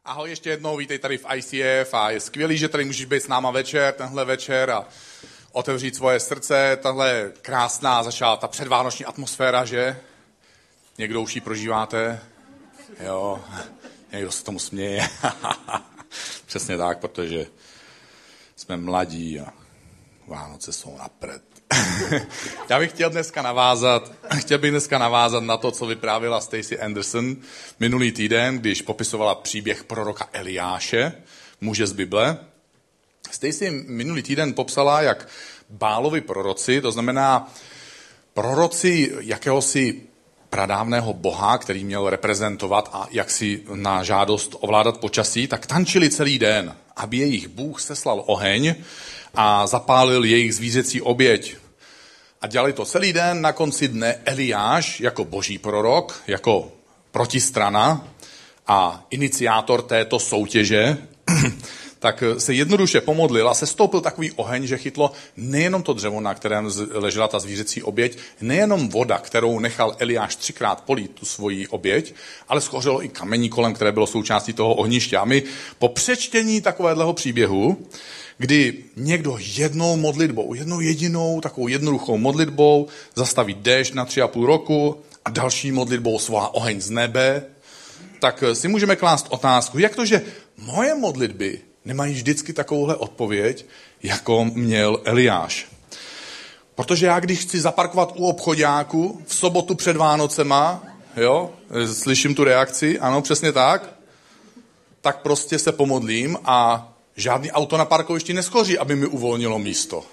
Ahoj, ještě jednou, vítej tady v ICF a je skvělý, že tady můžeš být s náma večer, tenhle večer a otevřít svoje srdce. Tahle krásná začala ta předvánoční atmosféra, že? Někdo už ji prožíváte? Jo, někdo se tomu směje. Přesně tak, protože jsme mladí a Vánoce jsou napřed. Já bych chtěl dneska navázat na to, co vyprávěla Stacey Anderson minulý týden, když popisovala příběh proroka Eliáše, muže z Bible. Stacey minulý týden popsala, jak Bálovi proroci, to znamená proroci jakéhosi pradávného boha, který měl reprezentovat a jaksi na žádost ovládat počasí, tak tančili celý den, aby jejich Bůh seslal oheň a zapálil jejich zvířecí oběť. A dělali to celý den, na konci dne Eliáš jako boží prorok, jako protistrana a iniciátor této soutěže, tak se jednoduše pomodlil a sestoupil takový oheň, že chytlo nejenom to dřevo, na kterém ležela ta zvířecí oběť, nejenom voda, kterou nechal Eliáš 3krát polít tu svoji oběť, ale schořelo i kamení kolem, které bylo součástí toho ohniště. A my po přečtení takového příběhu, kdy někdo jednou modlitbou, jednou jedinou takovou jednoduchou modlitbou zastaví déšť na 3,5 roku a další modlitbou svolá oheň z nebe, tak si můžeme klást otázku, jak to, že moje modlitby nemají vždycky takovouhle odpověď, jako měl Eliáš. Protože já, když chci zaparkovat u obchoďáku v sobotu před Vánocema, jo, slyším tu reakci, ano, přesně tak prostě se pomodlím a žádný auto na parkovišti neschoří, aby mi uvolnilo místo.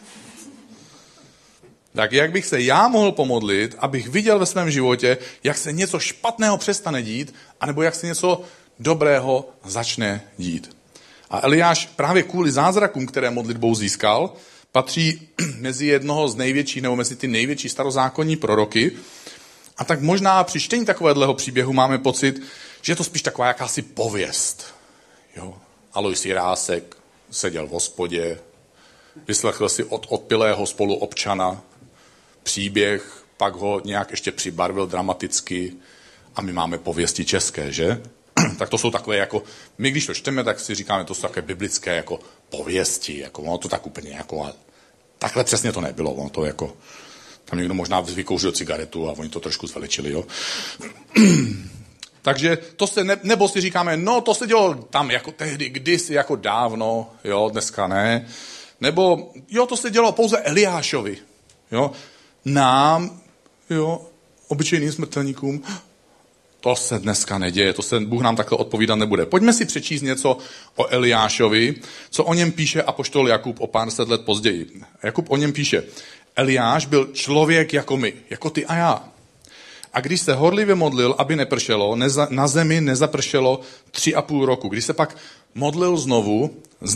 Tak jak bych se já mohl pomodlit, abych viděl ve svém životě, jak se něco špatného přestane dít, anebo jak se něco dobrého začne dít. A Eliáš právě kvůli zázrakům, které modlitbou získal, patří mezi jednoho z největších, nebo mezi ty největší starozákonní proroky. A tak možná při čtení takového příběhu máme pocit, že je to spíš taková jakási pověst. Jo. Alois Jirásek seděl v hospodě, vyslechl si od odpilého spoluobčana příběh, pak ho nějak ještě přibarvil dramaticky a my máme pověsti české, že? Tak to jsou takové jako, my když to čteme, tak si říkáme, to jsou takové biblické jako pověsti, jako ono to tak úplně jako, ale takhle přesně to nebylo, ono to jako, tam někdo možná vykouřil cigaretu a oni to trošku zveličili, jo? Takže to se, nebo si říkáme, no to se dělo tam jako tehdy, kdysi, jako dávno, jo, dneska ne. Nebo, jo, to se dělo pouze Eliášovi, jo. Nám, jo, obyčejným smrtelníkům, to se dneska neděje, to se Bůh nám takhle odpovídat nebude. Pojďme si přečíst něco o Eliášovi, co o něm píše apoštol Jakub o pár set let později. Jakub o něm píše, Eliáš byl člověk jako my, jako ty a já. A když se horlivě modlil, aby nepršelo, na zemi nezapršelo 3,5 roku. Když se pak modlil znovu, z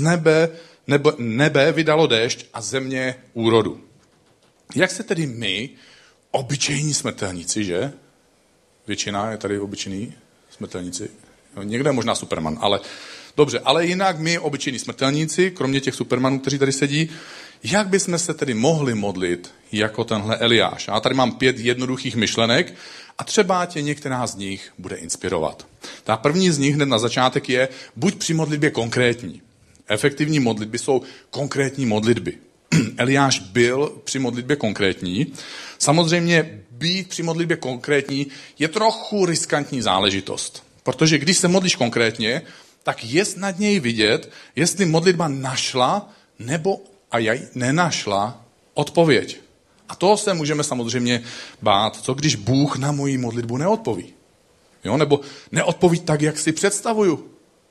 nebe vydalo déšť a země úrodu. Jak se tedy my, obyčejní smrtelníci, že? Většina je tady obyčejní smrtelníci. Někde je možná Superman, ale dobře. Ale jinak my, obyčejní smrtelníci, kromě těch Supermanů, kteří tady sedí, jak bychom se tedy mohli modlit jako tenhle Eliáš? Já tady mám 5 jednoduchých myšlenek a třeba tě některá z nich bude inspirovat. Ta první z nich hned na začátek je, buď při modlitbě konkrétní. Efektivní modlitby jsou konkrétní modlitby. Eliáš byl při modlitbě konkrétní. Samozřejmě být při modlitbě konkrétní je trochu riskantní záležitost. Protože když se modlíš konkrétně, tak je snad něj vidět, jestli modlitba našla nebo a nenašla odpověď. A toho se můžeme samozřejmě bát, co když Bůh na moji modlitbu neodpoví. Jo? Nebo neodpoví tak, jak si představuju.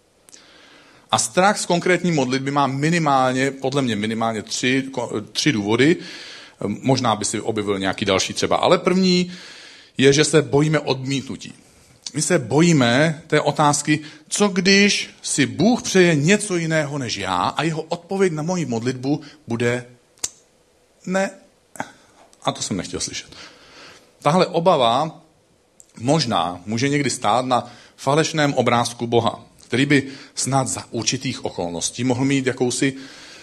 A strach z konkrétní modlitby má podle mě minimálně tři důvody. Možná by si objevil nějaký další třeba. Ale první je, že se bojíme odmítnutí. My se bojíme té otázky, co když si Bůh přeje něco jiného než já a jeho odpověď na moji modlitbu bude ne. A to jsem nechtěl slyšet. Tahle obava možná může někdy stát na falešném obrázku Boha, který by snad za určitých okolností mohl mít jakousi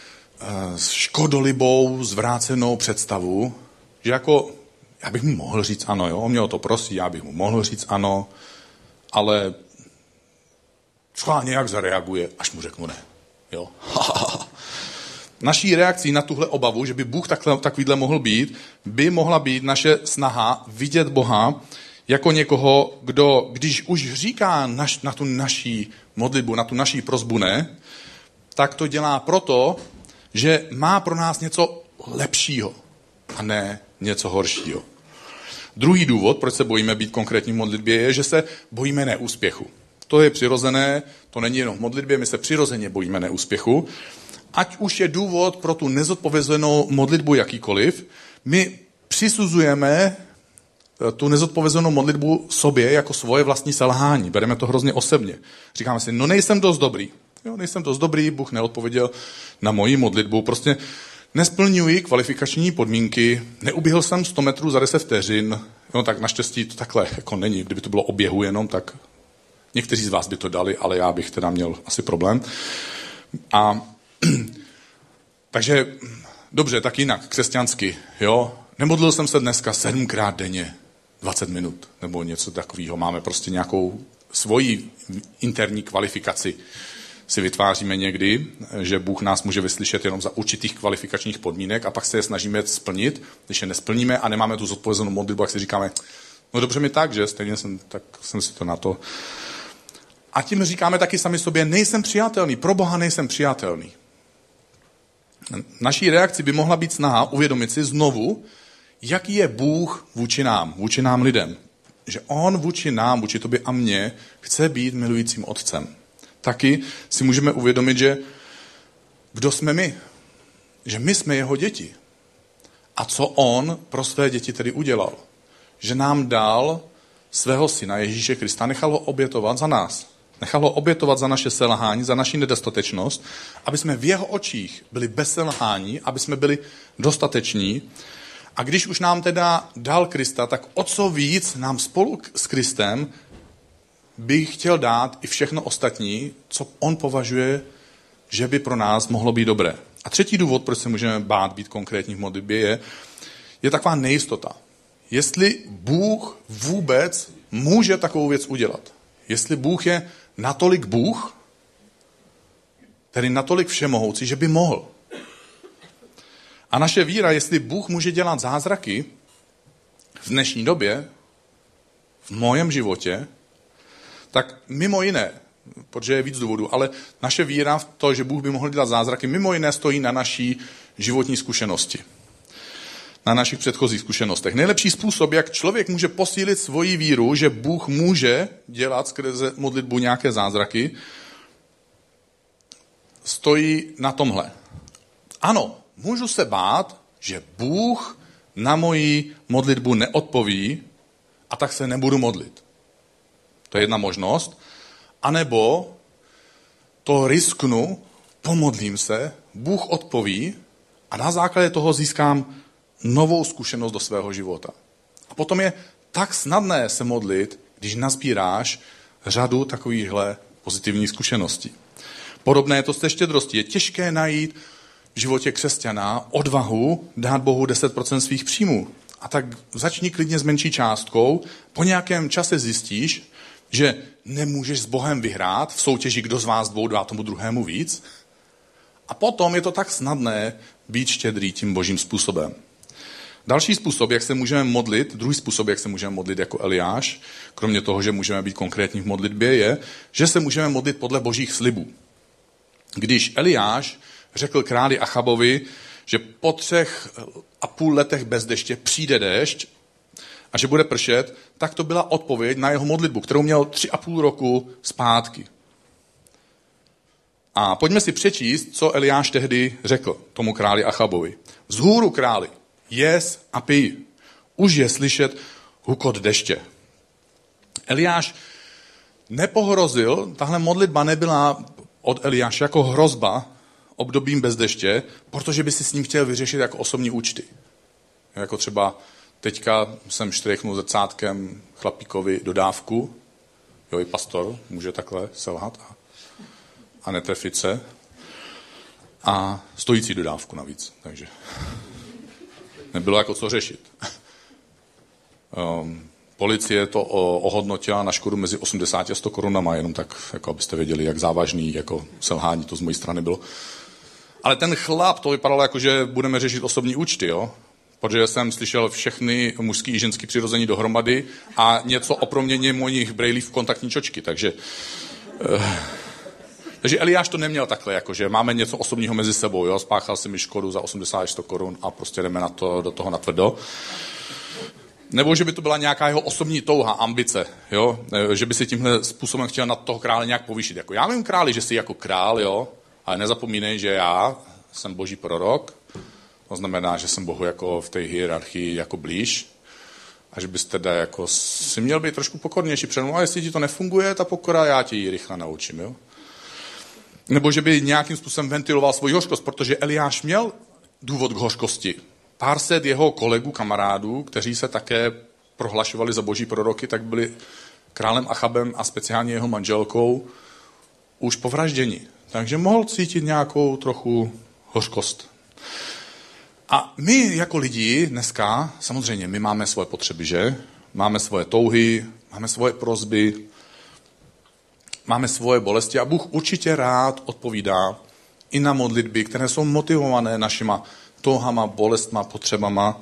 škodolibou, zvrácenou představu, že jako, já bych mu mohl říct ano, jo, on mě o to prosí, já bych mu mohl říct ano, ale schválně jak zareaguje, až mu řeknu ne. Jo? Naší reakcí na tuhle obavu, že by Bůh takovýhle mohl být, by mohla být naše snaha vidět Boha jako někoho, kdo, když už říká na tu naší modlitbu, na tu naší prosbu ne, tak to dělá proto, že má pro nás něco lepšího a ne něco horšího. Druhý důvod, proč se bojíme být konkrétní v modlitbě, je, že se bojíme neúspěchu. To je přirozené, to není jenom v modlitbě, my se přirozeně bojíme neúspěchu. Ať už je důvod pro tu nezodpovězenou modlitbu jakýkoliv, my přisuzujeme tu nezodpovězenou modlitbu sobě jako svoje vlastní selhání. Bereme to hrozně osobně. Říkáme si, no nejsem dost dobrý. Jo, nejsem dost dobrý, Bůh neodpověděl na moji modlitbu. Prostě nesplňuji kvalifikační podmínky, neuběhl jsem 100 metrů za 10 vteřin. Jo, tak naštěstí to takhle jako není. Kdyby to bylo o běhu jenom, tak někteří z vás by to dali, ale já bych teda měl asi problém. A takže dobře, tak jinak, křesťansky, jo. Nemodlil jsem se dneska 7krát denně, 20 minut, nebo něco takového. Máme prostě nějakou svoji interní kvalifikaci. Si vytváříme někdy, že Bůh nás může vyslyšet jenom za určitých kvalifikačních podmínek a pak se je snažíme splnit. Když je nesplníme a nemáme tu zodpovězenou modlitbu, jak si říkáme, no dobře mi tak, že stejně jsem si to na to. A tím říkáme taky sami sobě, nejsem přijatelný, pro Boha nejsem přijatelný. Naší reakcí by mohla být snaha uvědomit si znovu, jaký je Bůh vůči nám lidem. Že on vůči nám, vůči tobě a mně, chce být milujícím otcem. Taky si můžeme uvědomit, že kdo jsme my? Že my jsme jeho děti. A co on pro své děti tedy udělal? Že nám dal svého syna Ježíše Krista, nechal ho obětovat za nás. Nechal ho obětovat za naše selhání, za naši nedostatečnost, aby jsme v jeho očích byli bez selhání, aby jsme byli dostateční. A když už nám teda dal Krista, tak o co víc nám spolu s Kristem by chtěl dát i všechno ostatní, co on považuje, že by pro nás mohlo být dobré. A třetí důvod, proč se můžeme bát být konkrétní v modlitbě, je taková nejistota. Jestli Bůh vůbec může takovou věc udělat. Jestli Bůh je natolik Bůh, tedy natolik všemohoucí, že by mohl. A naše víra, jestli Bůh může dělat zázraky v dnešní době, v mém životě, tak mimo jiné, protože je víc důvodů, ale naše víra v to, že Bůh by mohl dělat zázraky, mimo jiné stojí na naší životní zkušenosti. Na našich předchozích zkušenostech. Nejlepší způsob, jak člověk může posílit svoji víru, že Bůh může dělat skrze modlitbu nějaké zázraky, stojí na tomhle. Ano, můžu se bát, že Bůh na moji modlitbu neodpoví a tak se nebudu modlit. To je jedna možnost. A nebo to risknu, pomodlím se, Bůh odpoví a na základě toho získám novou zkušenost do svého života. A potom je tak snadné se modlit, když nazbíráš řadu takovýchhle pozitivních zkušeností. Podobné je to s té štědrostí. Je těžké najít v životě křesťana odvahu dát Bohu 10% svých příjmů. A tak začni klidně s menší částkou, po nějakém čase zjistíš, že nemůžeš s Bohem vyhrát v soutěži, kdo z vás dvou dá tomu druhému víc. A potom je to tak snadné být štědrý tím božím způsobem. Další způsob, jak se můžeme modlit, druhý způsob, jak se můžeme modlit jako Eliáš, kromě toho, že můžeme být konkrétní v modlitbě, je, že se můžeme modlit podle božích slibů. Když Eliáš řekl králi Achabovi, že po 3,5 letech bez deště přijde déšť a že bude pršet, tak to byla odpověď na jeho modlitbu, kterou měl 3,5 roku zpátky. A pojďme si přečíst, co Eliáš tehdy řekl tomu králi Achabovi. Vzhůru králi, jes a pij. Už je slyšet hukot deště. Eliáš nepohrozil, tahle modlitba nebyla od Eliáše jako hrozba obdobím bez deště, protože by si s ním chtěl vyřešit jako osobní účty. Jako třeba teďka jsem štrejchnul zrcátkem chlapíkovi dodávku, jo, i pastor může takhle selhat a netrefit se. A stojící dodávku navíc, takže nebylo jako co řešit. Policie to ohodnotila na škodu mezi 80 a 100 korunama, jenom tak, jako abyste věděli, jak závažný jako selhání to z mojí strany bylo. Ale ten chlap, to vypadalo jako, že budeme řešit osobní účty, jo? Protože jsem slyšel všechny mužský i ženský přirození dohromady a něco o proměně mojich brejlí v kontaktní čočky, takže Eliáš to neměl takhle, jako, že máme něco osobního mezi sebou, jo? Spáchal si mi škodu za 80 až 100 korun a prostě jdeme do toho natvrdo. Nebo že by to byla nějaká jeho osobní touha, ambice, jo? Že by si tímhle způsobem chtěl na toho krále nějak povýšit. Jako, já vím králi, že jsi jako král, jo? Ale nezapomínej, že já jsem boží prorok, to znamená, že jsem Bohu jako v té hierarchii jako blíž a že bys teda jako si měl být trošku pokornější před mnou, a jestli ti to nefunguje, ta pokora, já tě ji rychle naučím, jo? Nebo že by nějakým způsobem ventiloval svoji hořkost, protože Eliáš měl důvod k hořkosti. Pár set jeho kolegů, kamarádů, kteří se také prohlašovali za boží proroky, tak byli králem Achabem a speciálně jeho manželkou už povražděni. Takže mohl cítit nějakou trochu hořkost. A my jako lidi dneska, samozřejmě, my máme svoje potřeby, že? Máme svoje touhy, máme svoje prosby, máme svoje bolesti a Bůh určitě rád odpovídá i na modlitby, které jsou motivované našima touhama, bolestma, potřebama.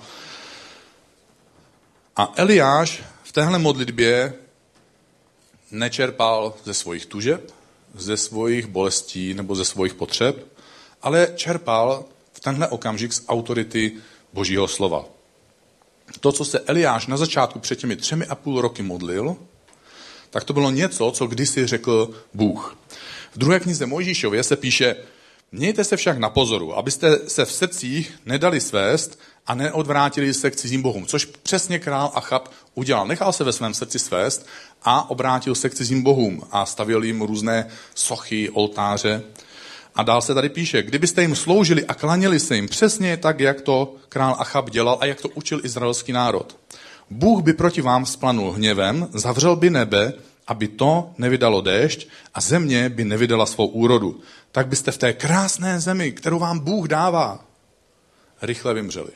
A Eliáš v téhle modlitbě nečerpal ze svých tužeb, ze svých bolestí nebo ze svých potřeb, ale čerpal v tenhle okamžik z autority Božího slova. To, co se Eliáš na začátku před těmi 3,5 roky modlil, tak to bylo něco, co kdysi řekl Bůh. V 2. knize Mojžíšově se píše: mějte se však na pozoru, abyste se v srdcích nedali svést a neodvrátili se k cizím bohům, což přesně král Achab udělal. Nechal se ve svém srdci svést a obrátil se k cizím bohům a stavěl jim různé sochy, oltáře. A dál se tady píše: kdybyste jim sloužili a klaněli se jim přesně tak, jak to král Achab dělal a jak to učil izraelský národ, Bůh by proti vám splanul hněvem, zavřel by nebe, aby to nevydalo déšť a země by nevydala svou úrodu. Tak byste v té krásné zemi, kterou vám Bůh dává, rychle vymřeli.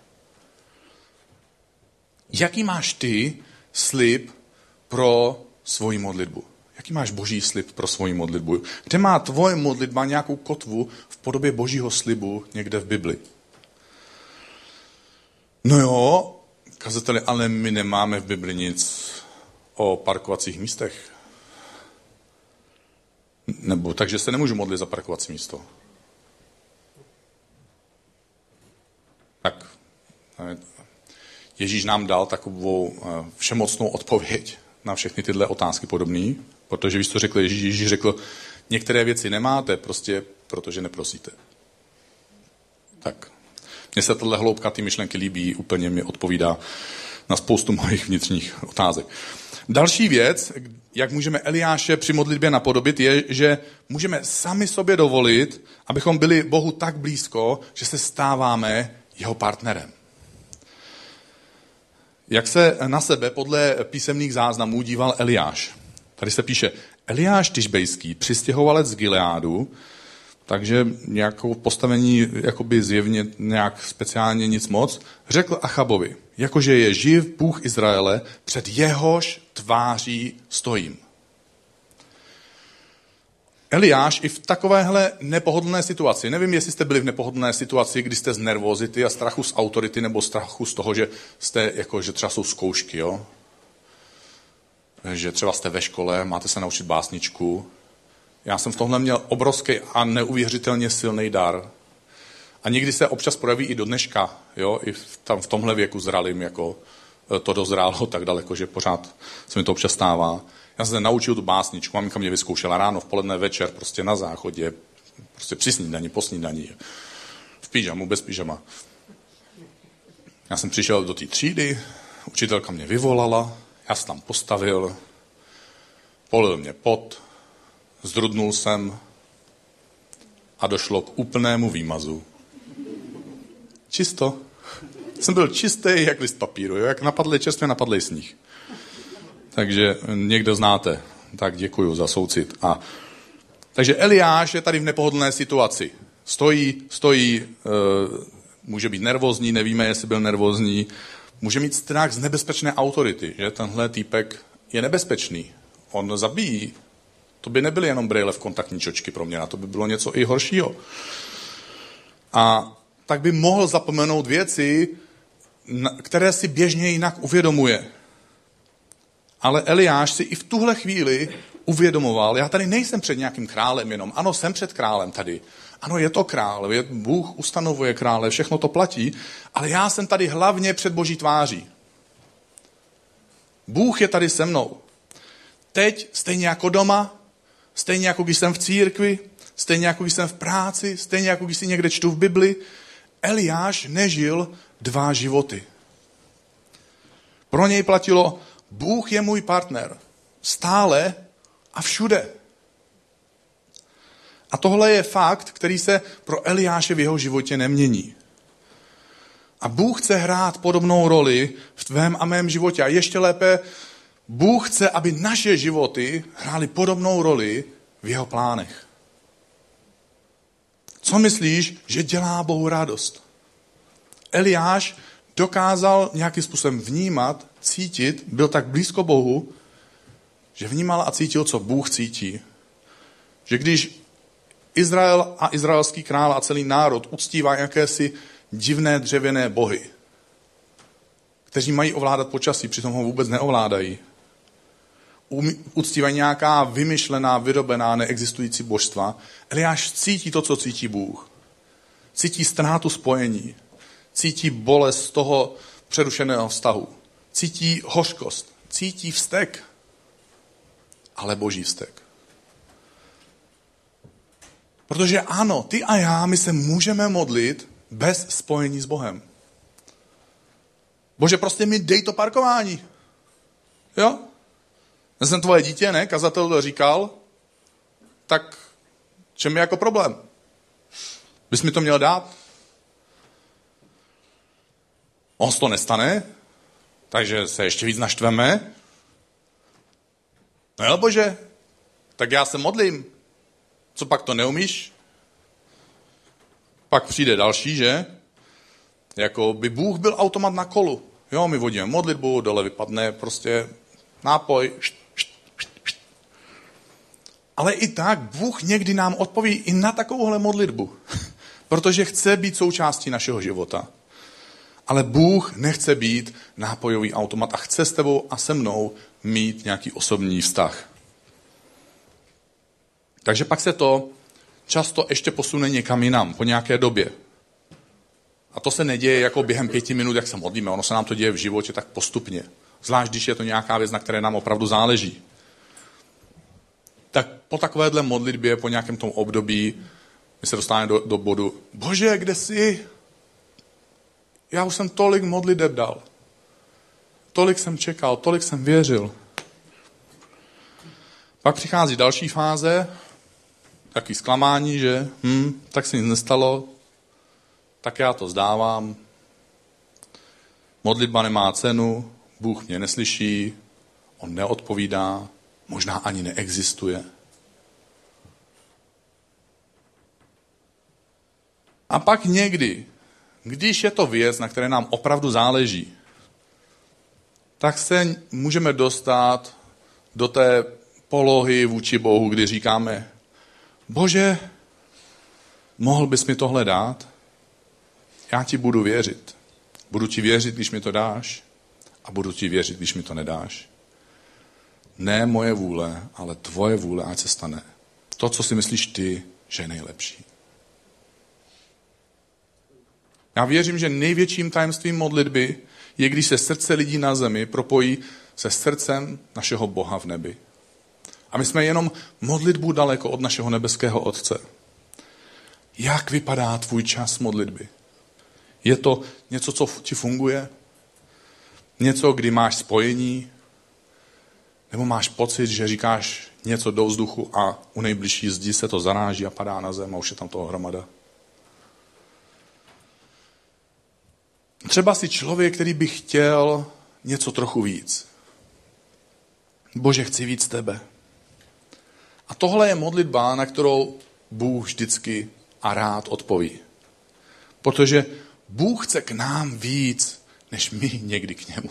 Jaký máš ty slib pro svoji modlitbu? Jaký máš boží slib pro svoji modlitbu? Kde má tvoje modlitba nějakou kotvu v podobě božího slibu někde v Bibli? No jo, kazateli, ale my nemáme v Bibli nic o parkovacích místech. Nebo takže se nemůžu modlit za parkovací místo. Tak Ježíš nám dal takovou všemocnou odpověď na všechny tyhle otázky podobné, protože víš, co řekl Ježíš? Ježíš řekl, některé věci nemáte, prostě protože neprosíte. Tak. Mně se tahle hloubka ty myšlenky líbí, úplně mi odpovídá na spoustu mojich vnitřních otázek. Další věc, jak můžeme Eliáše při modlitbě napodobit, je, že můžeme sami sobě dovolit, abychom byli Bohu tak blízko, že se stáváme jeho partnerem. Jak se na sebe podle písemných záznamů díval Eliáš? Tady se píše, Eliáš Tišbejský, přistěhovalec z Gileádu, takže nějakou postavení jakoby zjevně nějak speciálně nic moc, řekl Achabovi, jakože je živ Bůh Izraele, před jehož tváří stojím. Eliáš i v takovéhle nepohodlné situaci, nevím, jestli jste byli v nepohodlné situaci, kdy jste z nervozity a strachu z autority nebo strachu z toho, že jste, jako, že třeba jsou zkoušky, jo? Že třeba jste ve škole, máte se naučit básničku. Já jsem v tomhle měl obrovský a neuvěřitelně silný dar. A někdy se občas projeví i do dneška, jo? I v tomhle věku zralým, jako to dozrálo tak daleko, že pořád se mi to občas stává. Já jsem se naučil tu básničku, maminka mě vyzkoušela ráno, v poledne, večer, prostě na záchodě, prostě při snídani, po snídani, v pyžamu, bez pyžama. Já jsem přišel do té třídy, učitelka mě vyvolala, já se tam postavil, polil mě pot, zrudnul jsem a došlo k úplnému výmazu. Čisto. Jsem byl čistý jak list papíru, jo? Jak čerstvě napadlý sníh. Takže někdo znáte. Tak děkuju za soucit. Takže Eliáš je tady v nepohodlné situaci. Stojí, může být nervózní, nevíme, jestli byl nervózní, Může mít strach z nebezpečné autority, že tenhle týpek je nebezpečný. On zabíjí. To by nebyly jenom brejle v kontaktní čočky pro mě, to by bylo něco i horšího. A tak by mohl zapomenout věci, které si běžně jinak uvědomuje. Ale Eliáš si i v tuhle chvíli uvědomoval, já tady nejsem před nějakým králem jenom. Ano, jsem před králem tady. Ano, je to král, Bůh ustanovuje krále, všechno to platí, ale já jsem tady hlavně před Boží tváří. Bůh je tady se mnou. Teď, stejně jako doma, stejně jako když jsem v církvi, stejně jako když jsem v práci, stejně jako když si někde čtu v Bibli, Eliáš nežil 2 životy. Pro něj platilo, Bůh je můj partner. Stále a všude. A tohle je fakt, který se pro Eliáše v jeho životě nemění. A Bůh chce hrát podobnou roli v tvém a mém životě. A ještě lépe, Bůh chce, aby naše životy hrály podobnou roli v jeho plánech. Co myslíš, že dělá Bohu radost? Eliáš dokázal nějakým způsobem vnímat, cítit, byl tak blízko Bohu, že vnímal a cítil, co Bůh cítí. Že když Izrael a izraelský král a celý národ uctívá jakési divné dřevěné bohy, kteří mají ovládat počasí, přitom ho vůbec neovládají. Uctívají nějaká vymyšlená, vyrobená, neexistující božstva. Eliáš cítí to, co cítí Bůh. Cítí ztrátu spojení. Cítí bolest z toho přerušeného vztahu. Cítí hořkost. Cítí vztek. Ale Boží vztek. Protože ano, ty a já, my se můžeme modlit bez spojení s Bohem. Bože, prostě mi dej to parkování. Jo? Já jsem tvoje dítě, ne? Kazatel to říkal. Tak čem je jako problém? Bys mi to měl dát? On to nestane, takže se ještě víc naštveme. No jo, Bože, tak já se modlím. Co pak to neumíš? Pak přijde další, že? Jako by Bůh byl automat na kolu. Jo, my vodíme modlitbu, dole vypadne prostě nápoj. Ale i tak Bůh někdy nám odpoví i na takovouhle modlitbu. Protože chce být součástí našeho života. Ale Bůh nechce být nápojový automat a chce s tebou a se mnou mít nějaký osobní vztah. Takže pak se to často ještě posune někam jinam, po nějaké době. A to se neděje jako během 5 minut, jak se modlíme. Ono se nám to děje v životě tak postupně. Zvlášť, když je to nějaká věc, na které nám opravdu záleží. Tak po takovéhle modlitbě, po nějakém tom období, my se dostáváme do bodu, Bože, kde jsi? Já už jsem tolik modliteb dal. Tolik jsem čekal, tolik jsem věřil. Pak přichází další fáze, takový zklamání, že tak se nic nestalo, tak já to vzdávám. Modlitba nemá cenu, Bůh mě neslyší, on neodpovídá, možná ani neexistuje. A pak někdy, když je to věc, na které nám opravdu záleží, tak se můžeme dostat do té polohy vůči Bohu, kdy říkáme, Bože, mohl bys mi tohle dát? Já ti budu věřit. Budu ti věřit, když mi to dáš a budu ti věřit, když mi to nedáš. Ne moje vůle, ale tvoje vůle, ať se stane. To, co si myslíš ty, že je nejlepší. Já věřím, že největším tajemstvím modlitby je, když se srdce lidí na zemi propojí se srdcem našeho Boha v nebi. A my jsme jenom modlitbu daleko od našeho nebeského Otce. Jak vypadá tvůj čas modlitby? Je to něco, co ti funguje? Něco, kdy máš spojení? Nebo máš pocit, že říkáš něco do vzduchu a u nejbližší zdi se to zaráží a padá na zem a už je tam toho hromada? Třeba si člověk, který by chtěl něco trochu víc. Bože, chci víc tebe. A tohle je modlitba, na kterou Bůh vždycky a rád odpoví. Protože Bůh chce k nám víc, než my někdy k němu.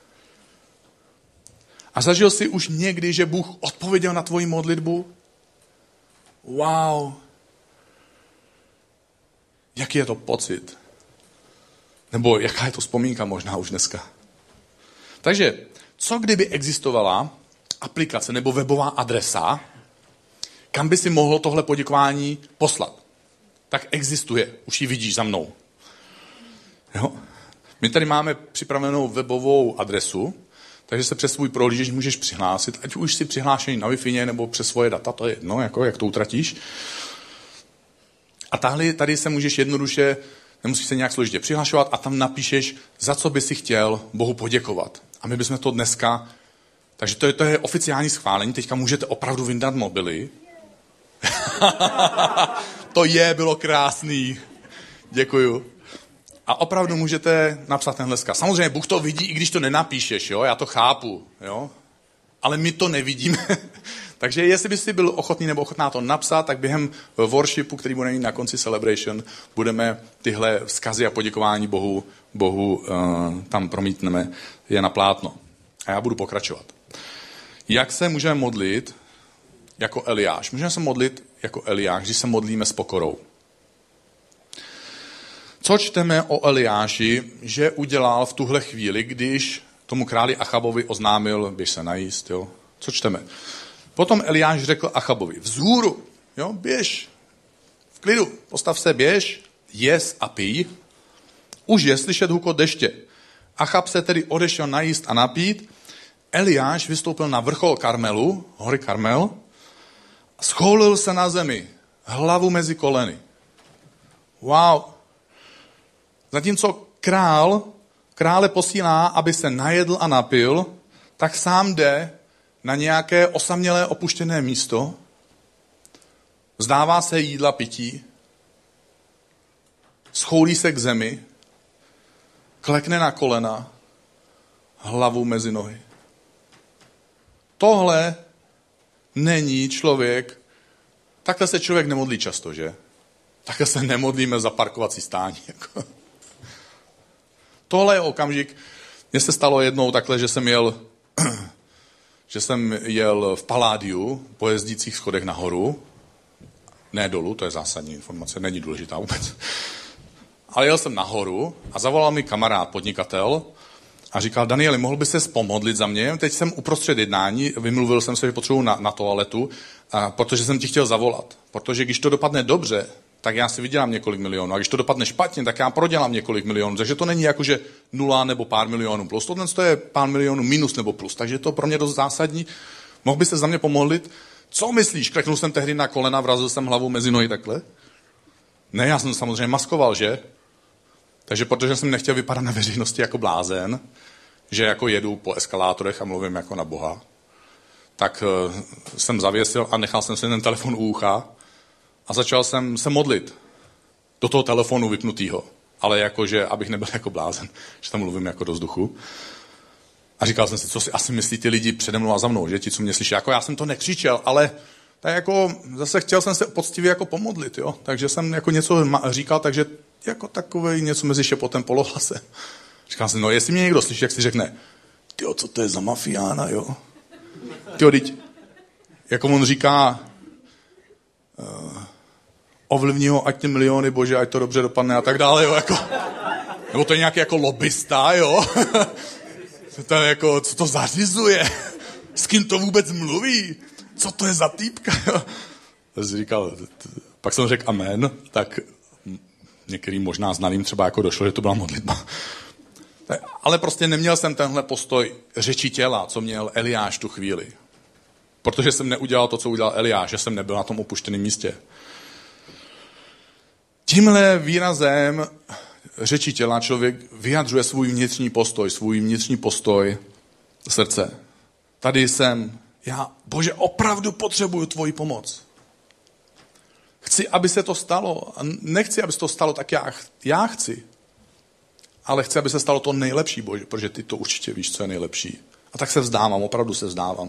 A zažil jsi už někdy, že Bůh odpověděl na tvoji modlitbu? Wow. Jaký je to pocit? Nebo jaká je to vzpomínka možná už dneska? Takže, co kdyby existovala aplikace nebo webová adresa, kam by si mohl tohle poděkování poslat? Tak existuje, už ji vidíš za mnou. Jo? My tady máme připravenou webovou adresu, takže se přes svůj prohlížeč můžeš přihlásit, ať už si přihlášený na Wi-Fi nebo přes svoje data, to je jedno, jako, jak to utratíš. A tady se můžeš jednoduše, nemusíš se nějak složitě přihlašovat a tam napíšeš, za co by si chtěl Bohu poděkovat. A my bychom to dneska, takže to je oficiální schválení, teďka můžete opravdu vyndat mobily. Bylo krásný. Děkuju. A opravdu můžete napsat tenhle vzkaz. Samozřejmě Bůh to vidí, i když to nenapíšeš, jo? Já to chápu, jo? Ale my to nevidíme. Takže jestli bys byl ochotný nebo ochotná to napsat, tak během worshipu, který bude na konci celebration, budeme tyhle vzkazy a poděkování Bohu tam promítneme je na plátno. A já budu pokračovat. Jak se můžeme modlit jako Eliáš? Můžeme se modlit jako Eliáš, když se modlíme s pokorou. Co čteme o Eliáši, že udělal v tuhle chvíli, když tomu králi Achabovi oznámil, běž se najíst, jo? Co čteme? Potom Eliáš řekl Achabovi, vzhůru, jo, běž, v klidu, postav se, běž, jes a pij, už je slyšet hukot deště. Achab se tedy odešel najíst a napít, Eliáš vystoupil na vrchol Karmelu, hory Karmel, schoulil se na zemi, hlavu mezi koleny. Wow. Zatímco krále posílá, aby se najedl a napil, tak sám jde na nějaké osamělé opuštěné místo, vzdává se jídla, pití, schoulí se k zemi, klekne na kolena, hlavu mezi nohy. Tohle není člověk, takhle se člověk nemodlí často, že? Takhle se nemodlíme za parkovací stání. Tohle je okamžik, mně se stalo jednou takhle, že jsem jel v Paládiu po jezdících schodech nahoru, ne dolů, to je zásadní informace, není důležitá vůbec. Ale jel jsem nahoru a zavolal mi kamarád, podnikatel, a říkal, Danieli, mohl by ses pomodlit za mě? Teď jsem uprostřed jednání, vymluvil jsem se, že potřebuji na toaletu, protože jsem ti chtěl zavolat. Protože když to dopadne dobře, tak já si vydělám několik milionů. A když to dopadne špatně, tak já prodělám několik milionů. Takže to není jako, že 0 nebo pár milionů plus. To je pár milionů minus nebo plus. Takže to pro mě dost zásadní. Mohl by se za mě pomodlit? Co myslíš? Kleknul jsem tehdy na kolena, vrazil jsem hlavu mezi nohy takhle? Ne, já jsem samozřejmě maskoval, že? Takže protože jsem nechtěl vypadat na veřejnosti jako blázen, že jako jedu po eskalátorech a mluvím jako na Boha, tak jsem zavěsil a nechal jsem si ten telefon u ucha a začal jsem se modlit do toho telefonu vypnutýho. Ale jakože, abych nebyl jako blázen, že tam mluvím jako do vzduchu. A říkal jsem si, co si asi myslí ty lidi přede mnou a za mnou, že ti, co mě slyší. Jako já jsem to nekřičel, ale tak jako zase chtěl jsem se poctivě jako pomodlit, jo. Takže jsem jako něco říkal, takže jako takovej něco mezi šepotem, polohlasem. Říkal jsem, no jestli mě někdo slyší, jak si řekne, tyjo, co to je za mafiána, jo. Tyjo, teď, jako on říká, ovlivní ho, ať ty miliony, bože, ať to dobře dopadne a tak dále, jo, jako. Nebo to je nějaký jako lobbysta, jo. To je jako, co to zařizuje? S kým to vůbec mluví? Co to je za týpka, jo? Říkal, pak jsem řekl amen, tak některým možná znalým třeba jako došlo, že to byla modlitba. Ale prostě neměl jsem tenhle postoj řeči těla, co měl Eliáš tu chvíli. Protože jsem neudělal to, co udělal Eliáš, že jsem nebyl na tom opuštěném místě. Tímhle výrazem řeči těla člověk vyjadřuje svůj vnitřní postoj srdce. Tady jsem, Bože, opravdu potřebuju tvoji pomoc. Chci, aby se to stalo. A nechci, aby se to stalo tak, já chci. Ale chci, aby se stalo to nejlepší, Bože, protože ty to určitě víš, co je nejlepší. A tak se vzdávám, opravdu se vzdávám.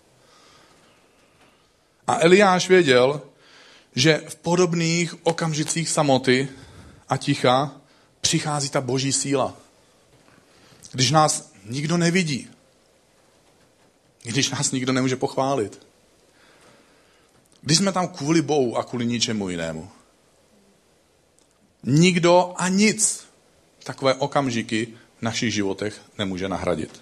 A Eliáš věděl, že v podobných okamžicích samoty a ticha přichází ta boží síla. Když nás nikdo nevidí. Když nás nikdo nemůže pochválit. Když jsme tam kvůli Bohu a kvůli ničemu jinému. Nikdo a nic takové okamžiky v našich životech nemůže nahradit.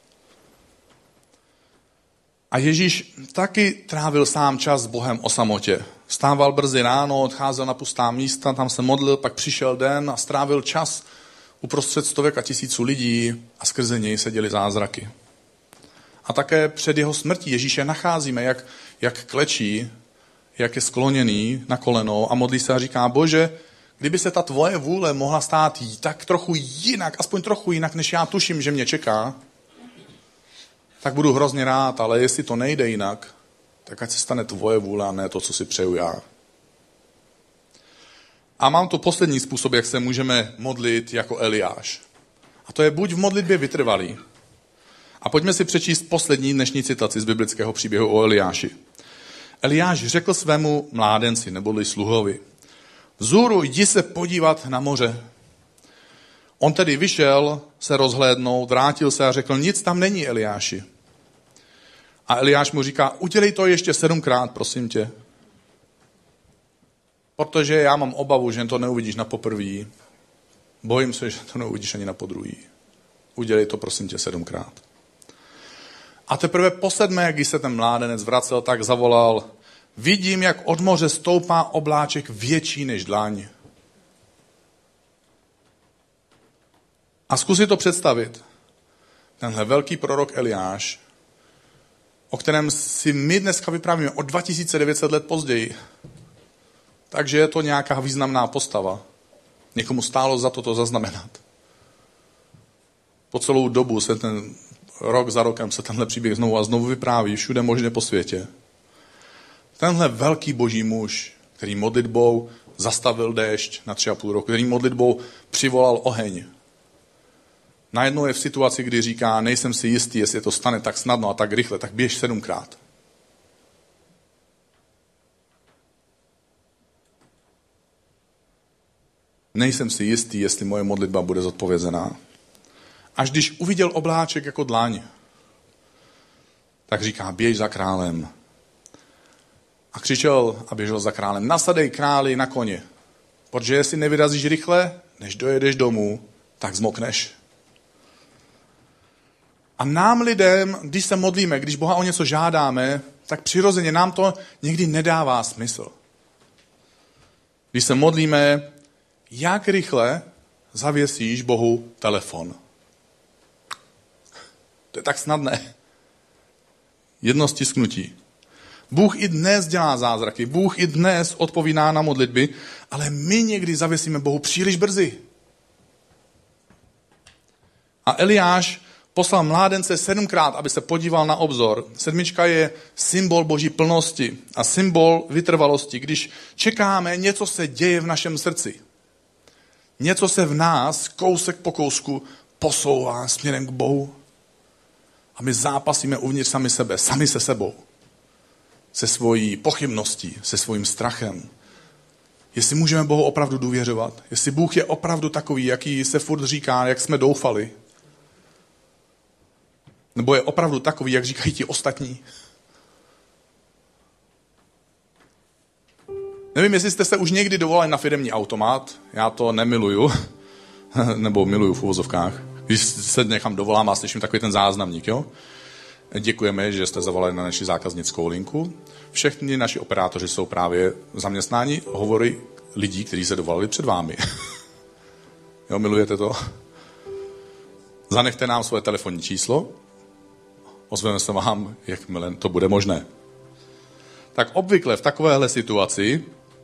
A Ježíš taky trávil sám čas s Bohem o samotě. Vstával brzy ráno, odcházel na pustá místa, tam se modlil, pak přišel den a strávil čas uprostřed stovek a tisíců lidí a skrze něj se děly zázraky. A také před jeho smrtí Ježíše nacházíme, jak klečí, jak je skloněný na koleno a modlí se a říká: Bože, kdyby se ta tvoje vůle mohla stát tak trochu jinak, aspoň trochu jinak, než já tuším, že mě čeká, tak budu hrozně rád, ale jestli to nejde jinak, tak ať se stane tvoje vůle a ne to, co si přeju já. A mám tu poslední způsob, jak se můžeme modlit jako Eliáš. A to je buď v modlitbě vytrvalý. A pojďme si přečíst poslední dnešní citaci z biblického příběhu o Eliáši. Eliáš řekl svému mládenci, neboli sluhovi: Vzhůru jdi se podívat na moře. On tedy vyšel se rozhlédnout, vrátil se a řekl: Nic tam není, Eliáši. A Eliáš mu říká: Udělej to ještě 7krát, prosím tě. Protože já mám obavu, že to neuvidíš na poprvý. Bojím se, že to neuvidíš ani na podruhý. Udělej to, prosím tě, 7krát. A teprve po 7, když se ten mládenec vracel, tak zavolal: Vidím, jak od moře stoupá obláček větší než dlaň. A zkus si to představit. Tenhle velký prorok Eliáš, o kterém si my dneska vyprávíme o 2900 let později. Takže je to nějaká významná postava. Někomu stálo za to zaznamenat. Po celou dobu se rok za rokem se tenhle příběh znovu a znovu vypráví všude možně po světě. Tenhle velký boží muž, který modlitbou zastavil déšť na 3,5 roku, který modlitbou přivolal oheň. Najednou je v situaci, kdy říká: Nejsem si jistý, jestli to stane tak snadno a tak rychle, tak běž 7krát. Nejsem si jistý, jestli moje modlitba bude zodpovězená. Až když uviděl obláček jako dlaň, tak říká: Běž za králem. A křičel a běžel za králem: Nasadej králi na koně, protože jestli nevyrazíš rychle, než dojedeš domů, tak zmokneš. A nám lidem, když se modlíme, když Boha o něco žádáme, tak přirozeně nám to někdy nedává smysl. Když se modlíme, jak rychle zavěsíš Bohu telefon? To je tak snadné. Jedno stisknutí. Bůh i dnes dělá zázraky, Bůh i dnes odpovídá na modlitby, ale my někdy zavěsíme Bohu příliš brzy. A Eliáš poslal mládence 7krát, aby se podíval na obzor. 7 je symbol boží plnosti a symbol vytrvalosti. Když čekáme, něco se děje v našem srdci. Něco se v nás kousek po kousku posouvá směrem k Bohu. A my zápasíme uvnitř sami sebe, sami se sebou. Se svojí pochybností, se svým strachem. Jestli můžeme Bohu opravdu důvěřovat. Jestli Bůh je opravdu takový, jaký se furt říká, jak jsme doufali. Nebo je opravdu takový, jak říkají ti ostatní. Nevím, jestli jste se už někdy dovolali na firemní automat. Já to nemiluju. Nebo miluju v uvozovkách. Když se někam dovolám a slyším takový ten záznamník, jo? Děkujeme, že jste zavolali na naši zákaznickou linku. Všichni naši operátoři jsou právě zaměstnáni hovory lidí, kteří se dovolali před vámi. Jo, milujete to? Zanechte nám svoje telefonní číslo. Ozveme se vám, jakmile to bude možné. Tak obvykle v takovéhle situaci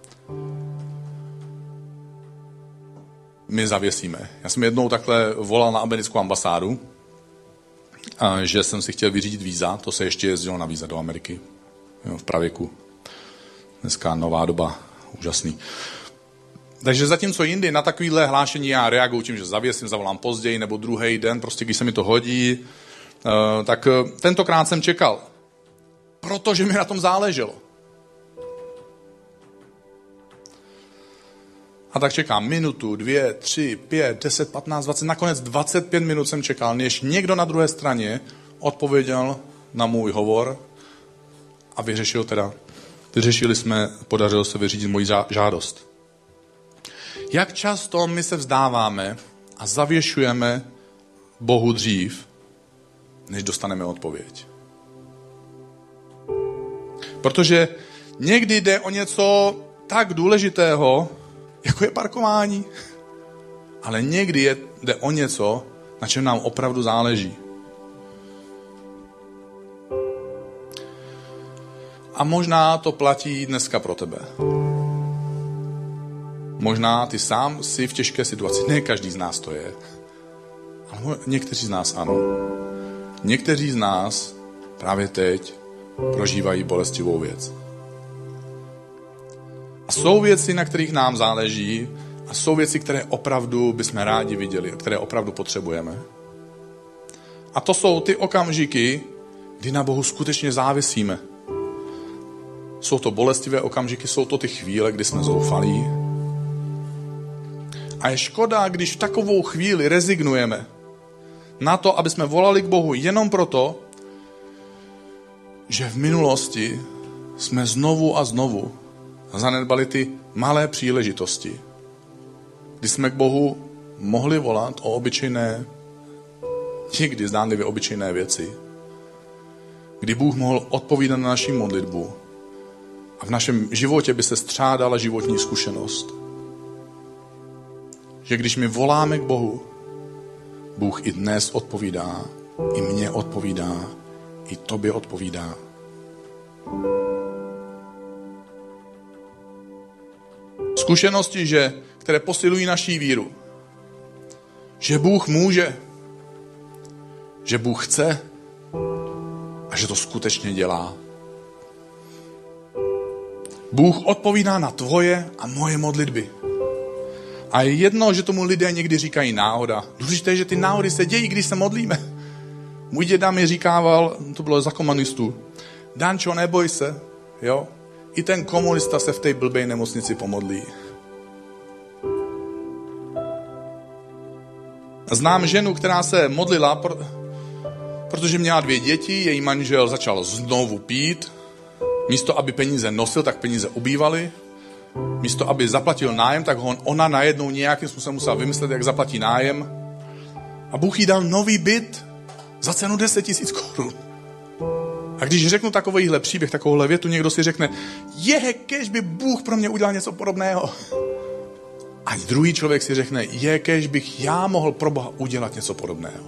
my zavěsíme. Já jsem jednou takhle volal na americkou ambasádu, že jsem si chtěl vyřídit víza. To se ještě jezdilo na víza do Ameriky. Jo, v pravěku. Dneska nová doba. Úžasný. Takže zatímco jindy na takovýhle hlášení já reaguju tím, že zavěsím, zavolám později nebo druhý den, prostě když se mi to hodí, tak tentokrát jsem čekal. Protože mi na tom záleželo. A tak čekám minutu, 2, 3, 5, 10, 15, 20, nakonec 25 minut jsem čekal, než někdo na druhé straně odpověděl na můj hovor a vyřešili jsme, podařilo se vyřídit moji žádost. Jak často my se vzdáváme a zavěšujeme Bohu dřív, než dostaneme odpověď. Protože někdy jde o něco tak důležitého, jako je parkování. Ale někdy jde o něco, na čem nám opravdu záleží. A možná to platí dneska pro tebe. Možná ty sám jsi v těžké situaci. Ne každý z nás to je. Ale někteří z nás ano. Někteří z nás právě teď prožívají bolestivou věc. A jsou věci, na kterých nám záleží, a jsou věci, které opravdu bychom rádi viděli, které opravdu potřebujeme. A to jsou ty okamžiky, kdy na Bohu skutečně závisíme. Jsou to bolestivé okamžiky, jsou to ty chvíle, kdy jsme zoufalí. A je škoda, když v takovou chvíli rezignujeme na to, aby jsme volali k Bohu jenom proto, že v minulosti jsme znovu a znovu zanedbali ty malé příležitosti, kdy jsme k Bohu mohli volat o obyčejné, někdy zdánlivě obyčejné věci, kdy Bůh mohl odpovídat na naši modlitbu a v našem životě by se střádala životní zkušenost. Že když my voláme k Bohu, Bůh i dnes odpovídá, i mně odpovídá, i tobě odpovídá. Zkušenosti, které posilují naší víru. Že Bůh může, že Bůh chce a že to skutečně dělá. Bůh odpovídá na tvoje a moje modlitby. A je jedno, že tomu lidé někdy říkají náhoda. Důležité je, že ty náhody se dějí, když se modlíme. Můj děda mi říkával, to bylo za komunistů, Dančo, neboj se, jo? I ten komunista se v té blbej nemocnici pomodlí. Znám ženu, která se modlila, protože měla 2 děti, její manžel začal znovu pít. Místo, aby peníze nosil, tak peníze ubývaly. Místo, aby zaplatil nájem, tak ona najednou nějakým způsobem musela vymyslet, jak zaplatí nájem. A Bůh jí dal nový byt za cenu 10 000 korun. A když řeknu takovýhle příběh, takovouhle větu, někdo si řekne, kež by Bůh pro mě udělal něco podobného. A druhý člověk si řekne, kež bych já mohl pro Boha udělat něco podobného.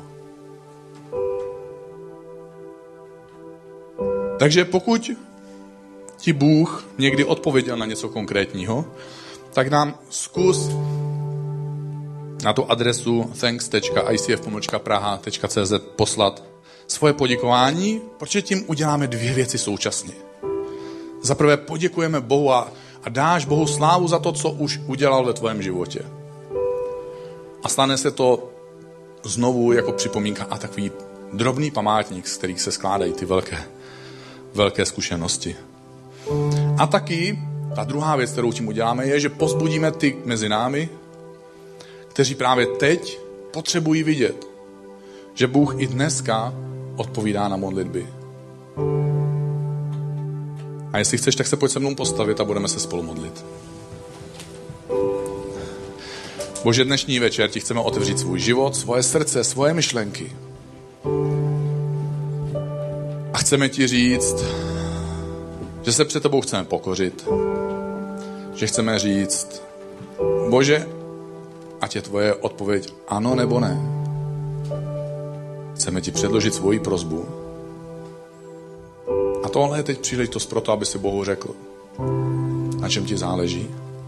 Takže pokud ti Bůh někdy odpověděl na něco konkrétního, tak nám zkus na tu adresu thanks.icf.praha.cz poslat svoje poděkování, protože tím uděláme 2 věci současně. Za prvé poděkujeme Bohu a dáš Bohu slávu za to, co už udělal ve tvém životě. A stane se to znovu jako připomínka a takový drobný památník, z kterých se skládají ty velké zkušenosti. A taky ta druhá věc, kterou tím uděláme, je, že povzbudíme ty mezi námi, kteří právě teď potřebují vidět, že Bůh i dneska odpovídá na modlitby. A jestli chceš, tak se pojď se mnou postavit a budeme se spolu modlit. Bože, dnešní večer ti chceme otevřít svůj život, svoje srdce, svoje myšlenky. A chceme ti říct, že se před tebou chceme pokořit. Že chceme říct, Bože, ať je tvoje odpověď ano nebo ne. Chceme ti předložit svoji prosbu. A tohle je teď příležitost pro to, aby si Bohu řekl, na čem ti záleží.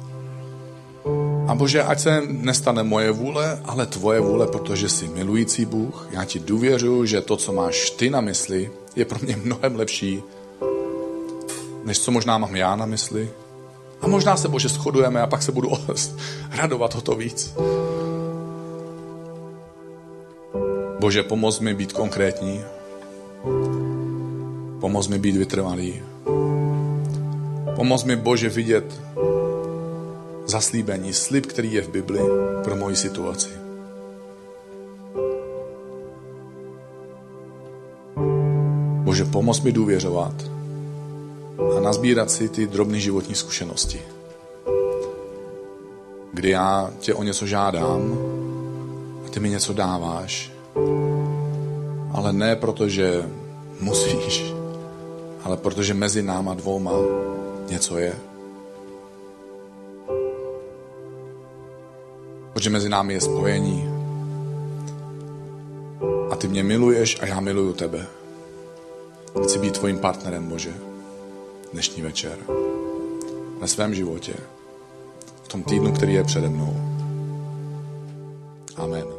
A Bože, ať se nestane moje vůle, ale tvoje vůle, protože jsi milující Bůh. Já ti důvěřuji, že to, co máš ty na mysli, je pro mě mnohem lepší, než co možná mám já na mysli. A možná se, Bože, shodujeme a pak se budu radovat o to víc. Bože, pomoz mi být konkrétní. Pomoz mi být vytrvalý. Pomoz mi, Bože, vidět zaslíbení, slib, který je v Bibli pro moji situaci. Bože, pomoz mi důvěřovat a nazbírat si ty drobné životní zkušenosti, kdy já tě o něco žádám a ty mi něco dáváš, ale ne proto, že musíš, ale protože mezi náma dvouma něco je. Protože mezi námi je spojení a ty mě miluješ a já miluju tebe. Chci být tvojím partnerem, Bože, dnešní večer, ve svém životě, v tom týdnu, který je přede mnou. Amen.